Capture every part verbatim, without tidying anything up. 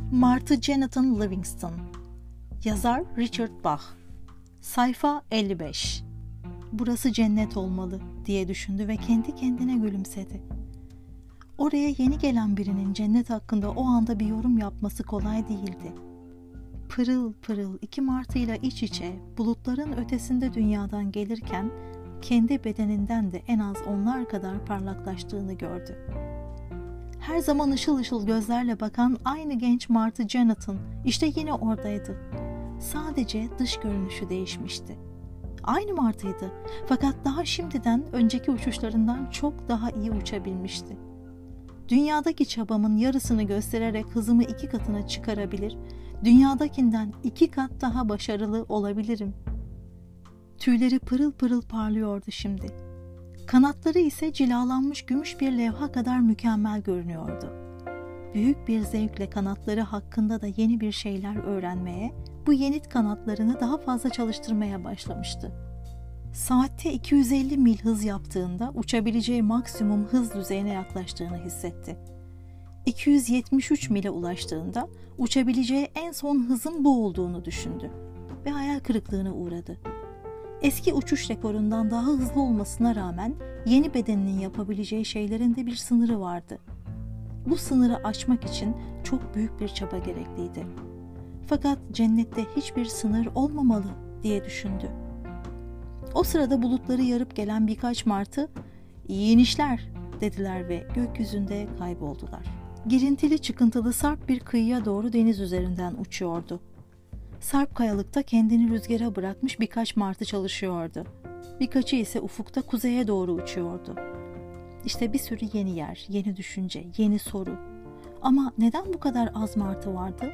Martı Jonathan Livingston. Yazar Richard Bach. Sayfa elli beş. Burası cennet olmalı diye düşündü ve kendi kendine gülümsedi. Oraya yeni gelen birinin cennet hakkında o anda bir yorum yapması kolay değildi. Pırıl pırıl iki martıyla iç içe bulutların ötesinde dünyadan gelirken kendi bedeninden de en az onlar kadar parlaklaştığını gördü. Her zaman ışıl ışıl gözlerle bakan aynı genç Martı Jonathan işte yine oradaydı. Sadece dış görünüşü değişmişti. Aynı martıydı fakat daha şimdiden önceki uçuşlarından çok daha iyi uçabilmişti. Dünyadaki çabamın yarısını göstererek hızımı iki katına çıkarabilir, dünyadakinden iki kat daha başarılı olabilirim. Tüyleri pırıl pırıl parlıyordu şimdi. Kanatları ise cilalanmış gümüş bir levha kadar mükemmel görünüyordu. Büyük bir zevkle kanatları hakkında da yeni bir şeyler öğrenmeye, bu yenit kanatlarını daha fazla çalıştırmaya başlamıştı. Saatte iki yüz elli mil hız yaptığında uçabileceği maksimum hız düzeyine yaklaştığını hissetti. iki yüz yetmiş üç mile ulaştığında uçabileceği en son hızın bu olduğunu düşündü ve hayal kırıklığına uğradı. Eski uçuş rekorundan daha hızlı olmasına rağmen yeni bedeninin yapabileceği şeylerin de bir sınırı vardı. Bu sınırı aşmak için çok büyük bir çaba gerekliydi. Fakat cennette hiçbir sınır olmamalı diye düşündü. O sırada bulutları yarıp gelen birkaç martı "İyi inişler" dediler ve gökyüzünde kayboldular. Girintili çıkıntılı sarp bir kıyıya doğru deniz üzerinden uçuyordu. Sarp kayalıkta kendini rüzgara bırakmış birkaç martı çalışıyordu. Birkaçı ise ufukta kuzeye doğru uçuyordu. İşte bir sürü yeni yer, yeni düşünce, yeni soru. Ama neden bu kadar az martı vardı?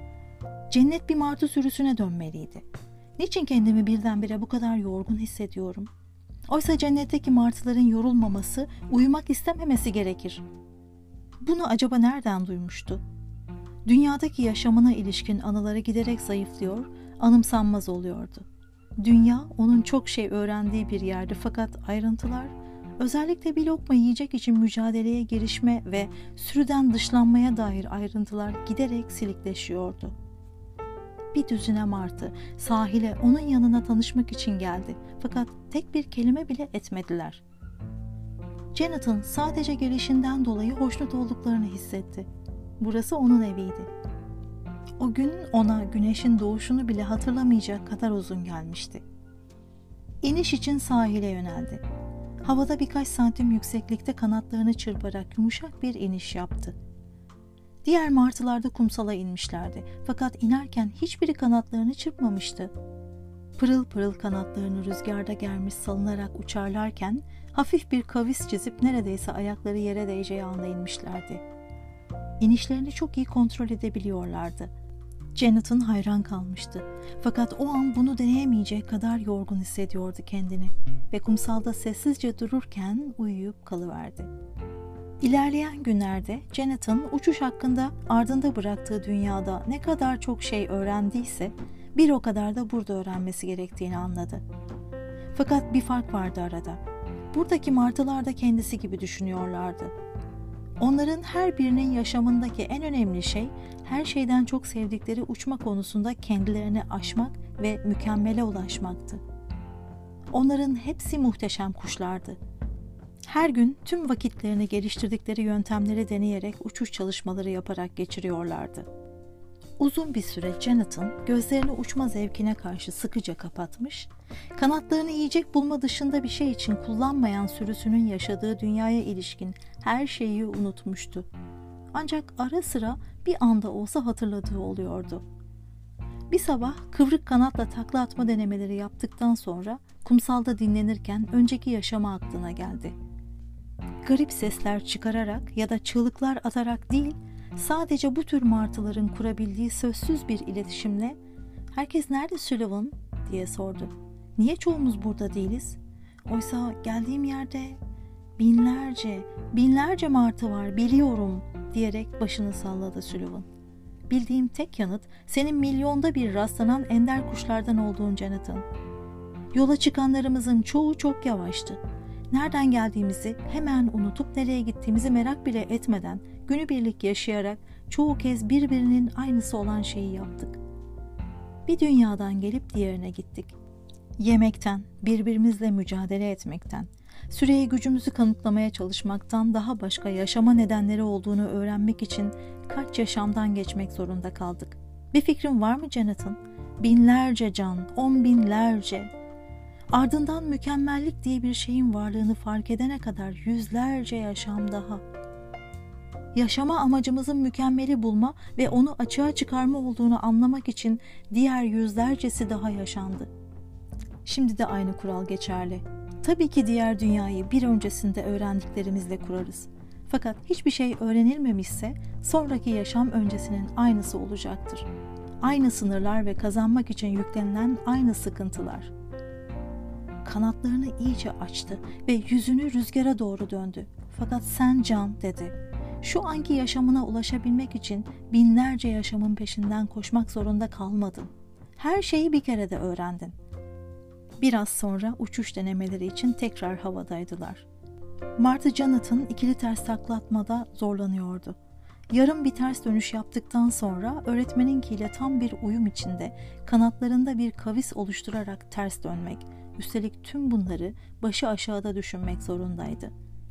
Cennet bir martı sürüsüne dönmeliydi. Niçin kendimi birdenbire bu kadar yorgun hissediyorum? Oysa cennetteki martıların yorulmaması, uyumak istememesi gerekir. Bunu acaba nereden duymuştu? Dünyadaki yaşamına ilişkin anıları giderek zayıflıyor, anımsanmaz oluyordu. Dünya onun çok şey öğrendiği bir yerdi fakat ayrıntılar, özellikle bir lokma yiyecek için mücadeleye girişme ve sürüden dışlanmaya dair ayrıntılar giderek silikleşiyordu. Bir düzine martı sahile onun yanına tanışmak için geldi fakat tek bir kelime bile etmediler. Jonathan sadece gelişinden dolayı hoşnut olduklarını hissetti. Burası onun eviydi. O gün ona güneşin doğuşunu bile hatırlamayacak kadar uzun gelmişti. İniş için sahile yöneldi. Havada birkaç santim yükseklikte kanatlarını çırparak yumuşak bir iniş yaptı. Diğer martılar da kumsala inmişlerdi fakat inerken hiçbiri kanatlarını çırpmamıştı. Pırıl pırıl kanatlarını rüzgarda germiş salınarak uçarlarken hafif bir kavis çizip neredeyse ayakları yere değeceği anda inmişlerdi. İnişlerini çok iyi kontrol edebiliyorlardı. Jonathan hayran kalmıştı. Fakat o an bunu deneyemeyecek kadar yorgun hissediyordu kendini ve kumsalda sessizce dururken uyuyup kalıverdi. İlerleyen günlerde Jonathan uçuş hakkında ardında bıraktığı dünyada ne kadar çok şey öğrendiyse bir o kadar da burada öğrenmesi gerektiğini anladı. Fakat bir fark vardı arada. Buradaki martılar da kendisi gibi düşünüyorlardı. Onların her birinin yaşamındaki en önemli şey her şeyden çok sevdikleri uçma konusunda kendilerini aşmak ve mükemmele ulaşmaktı. Onların hepsi muhteşem kuşlardı. Her gün tüm vakitlerini geliştirdikleri yöntemleri deneyerek uçuş çalışmaları yaparak geçiriyorlardı. Uzun bir süre Jonathan gözlerini uçma zevkine karşı sıkıca kapatmış, kanatlarını yiyecek bulma dışında bir şey için kullanmayan sürüsünün yaşadığı dünyaya ilişkin her şeyi unutmuştu. Ancak ara sıra bir anda olsa hatırladığı oluyordu. Bir sabah kıvrık kanatla takla atma denemeleri yaptıktan sonra kumsalda dinlenirken önceki yaşamı aklına geldi. Garip sesler çıkararak ya da çığlıklar atarak değil, sadece bu tür martıların kurabildiği sözsüz bir iletişimle "Herkes nerede Sullivan?" diye sordu. "Niye çoğumuz burada değiliz? Oysa geldiğim yerde binlerce, binlerce martı var, biliyorum." diyerek başını salladı Sullivan. "Bildiğim tek yanıt senin milyonda bir rastlanan ender kuşlardan olduğun Jonathan. Yola çıkanlarımızın çoğu çok yavaştı. Nereden geldiğimizi hemen unutup nereye gittiğimizi merak bile etmeden günübirlik yaşayarak çoğu kez birbirinin aynısı olan şeyi yaptık. Bir dünyadan gelip diğerine gittik. Yemekten, birbirimizle mücadele etmekten, süreye gücümüzü kanıtlamaya çalışmaktan daha başka yaşama nedenleri olduğunu öğrenmek için kaç yaşamdan geçmek zorunda kaldık. Bir fikrin var mı Jonathan? Binlerce can, on binlerce. Ardından mükemmellik diye bir şeyin varlığını fark edene kadar yüzlerce yaşam daha. Yaşama amacımızın mükemmeli bulma ve onu açığa çıkarma olduğunu anlamak için diğer yüzlercesi daha yaşandı. Şimdi de aynı kural geçerli. Tabii ki diğer dünyayı bir öncesinde öğrendiklerimizle kurarız. Fakat hiçbir şey öğrenilmemişse sonraki yaşam öncesinin aynısı olacaktır. Aynı sınırlar ve kazanmak için yüklenilen aynı sıkıntılar. Kanatlarını iyice açtı ve yüzünü rüzgara doğru döndü. Fakat sen Can dedi. Şu anki yaşamına ulaşabilmek için binlerce yaşamın peşinden koşmak zorunda kalmadın. Her şeyi bir kerede öğrendin. Biraz sonra uçuş denemeleri için tekrar havadaydılar. Marty Jonathan ikili ters takla atmada zorlanıyordu. Yarım bir ters dönüş yaptıktan sonra öğretmeninkiyle tam bir uyum içinde kanatlarında bir kavis oluşturarak ters dönmek, üstelik tüm bunları başı aşağıda düşünmek zorundaydı.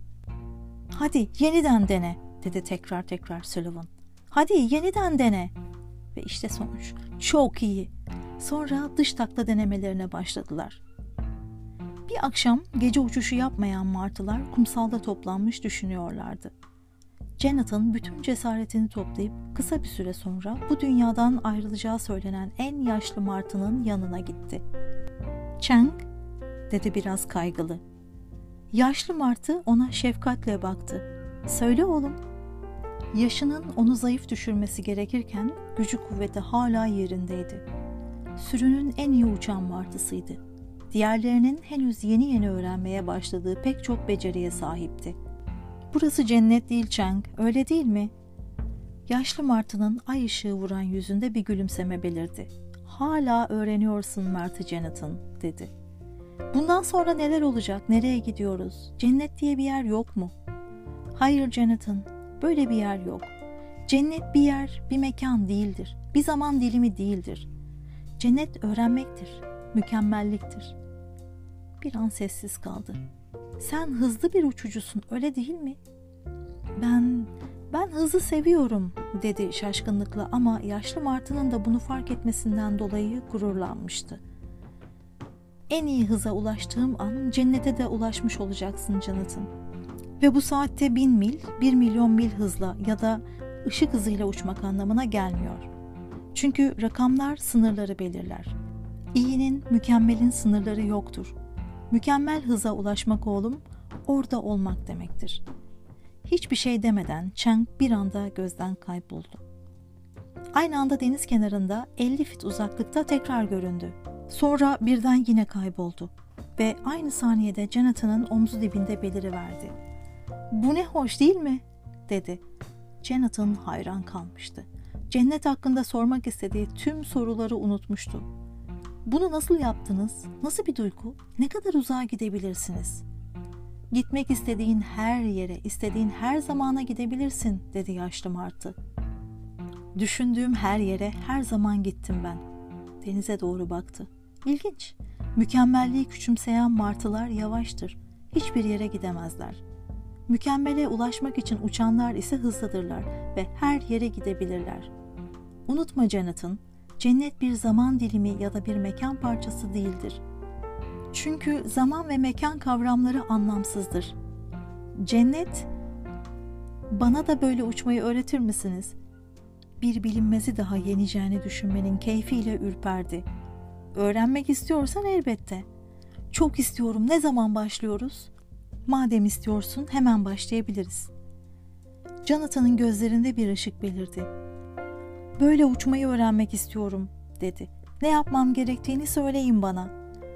"Hadi yeniden dene," dedi tekrar tekrar Sullivan. "Hadi yeniden dene." Ve işte sonuç. Çok iyi. Sonra dış takla denemelerine başladılar. Bir akşam gece uçuşu yapmayan martılar kumsalda toplanmış düşünüyorlardı. Jonathan bütün cesaretini toplayıp kısa bir süre sonra bu dünyadan ayrılacağı söylenen en yaşlı martının yanına gitti. "Chang," dedi biraz kaygılı. Yaşlı martı ona şefkatle baktı. "Söyle oğlum." Yaşının onu zayıf düşürmesi gerekirken gücü kuvveti hala yerindeydi. Sürünün en iyi uçan martısıydı. Diğerlerinin henüz yeni yeni öğrenmeye başladığı pek çok beceriye sahipti. "Burası cennet değil Chang, öyle değil mi?" Yaşlı martının ay ışığı vuran yüzünde bir gülümseme belirdi. "Hala öğreniyorsun Marty Jonathan," dedi. "Bundan sonra neler olacak, nereye gidiyoruz? Cennet diye bir yer yok mu?" "Hayır Jonathan, böyle bir yer yok. Cennet bir yer, bir mekan değildir. Bir zaman dilimi değildir. Cennet öğrenmektir, mükemmelliktir." Bir an sessiz kaldı. "Sen hızlı bir uçucusun, öyle değil mi?" Ben, ben hızı seviyorum," dedi şaşkınlıkla ama yaşlı martının da bunu fark etmesinden dolayı gururlanmıştı. "En iyi hıza ulaştığım an cennete de ulaşmış olacaksın Jonathan. Ve bu saatte bin mil, bir milyon mil hızla ya da ışık hızıyla uçmak anlamına gelmiyor. Çünkü rakamlar sınırları belirler. İyinin, mükemmelin sınırları yoktur. Mükemmel hıza ulaşmak oğlum, orada olmak demektir." Hiçbir şey demeden Chang bir anda gözden kayboldu. Aynı anda deniz kenarında elli fit uzaklıkta tekrar göründü. Sonra birden yine kayboldu ve aynı saniyede Jonathan'ın omzu dibinde beliriverdi. "Bu ne hoş değil mi?" dedi. Jonathan hayran kalmıştı. Cennet hakkında sormak istediği tüm soruları unutmuştu. "Bunu nasıl yaptınız? Nasıl bir duygu? Ne kadar uzağa gidebilirsiniz?" "Gitmek istediğin her yere, istediğin her zamana gidebilirsin," dedi yaşlı martı. "Düşündüğüm her yere her zaman gittim ben." Denize doğru baktı. İlginç. Mükemmelliği küçümseyen martılar yavaştır. Hiçbir yere gidemezler. Mükemmele ulaşmak için uçanlar ise hızlıdırlar ve her yere gidebilirler. Unutma Jonathan, cennet bir zaman dilimi ya da bir mekan parçası değildir. Çünkü zaman ve mekan kavramları anlamsızdır. Cennet, "Bana da böyle uçmayı öğretir misiniz?" Bir bilinmezi daha yeneceğini düşünmenin keyfiyle ürperdi. "Öğrenmek istiyorsan elbette." "Çok istiyorum. Ne zaman başlıyoruz?" "Madem istiyorsun hemen başlayabiliriz." Jonathan'ın gözlerinde bir ışık belirdi. "Böyle uçmayı öğrenmek istiyorum," dedi. "Ne yapmam gerektiğini söyleyin bana."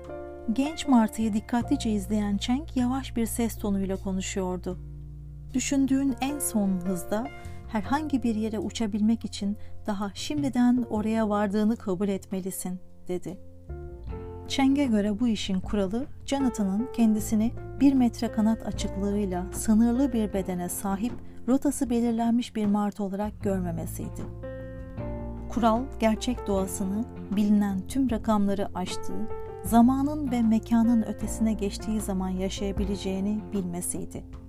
Genç martıyı dikkatlice izleyen Chang yavaş bir ses tonuyla konuşuyordu. "Düşündüğün en son hızda herhangi bir yere uçabilmek için daha şimdiden oraya vardığını kabul etmelisin," dedi. Chang'e göre bu işin kuralı, Jonathan'ın kendisini bir metre kanat açıklığıyla sınırlı bir bedene sahip rotası belirlenmiş bir mart olarak görmemesiydi. Kural, gerçek doğasını, bilinen tüm rakamları aştığı, zamanın ve mekanın ötesine geçtiği zaman yaşayabileceğini bilmesiydi.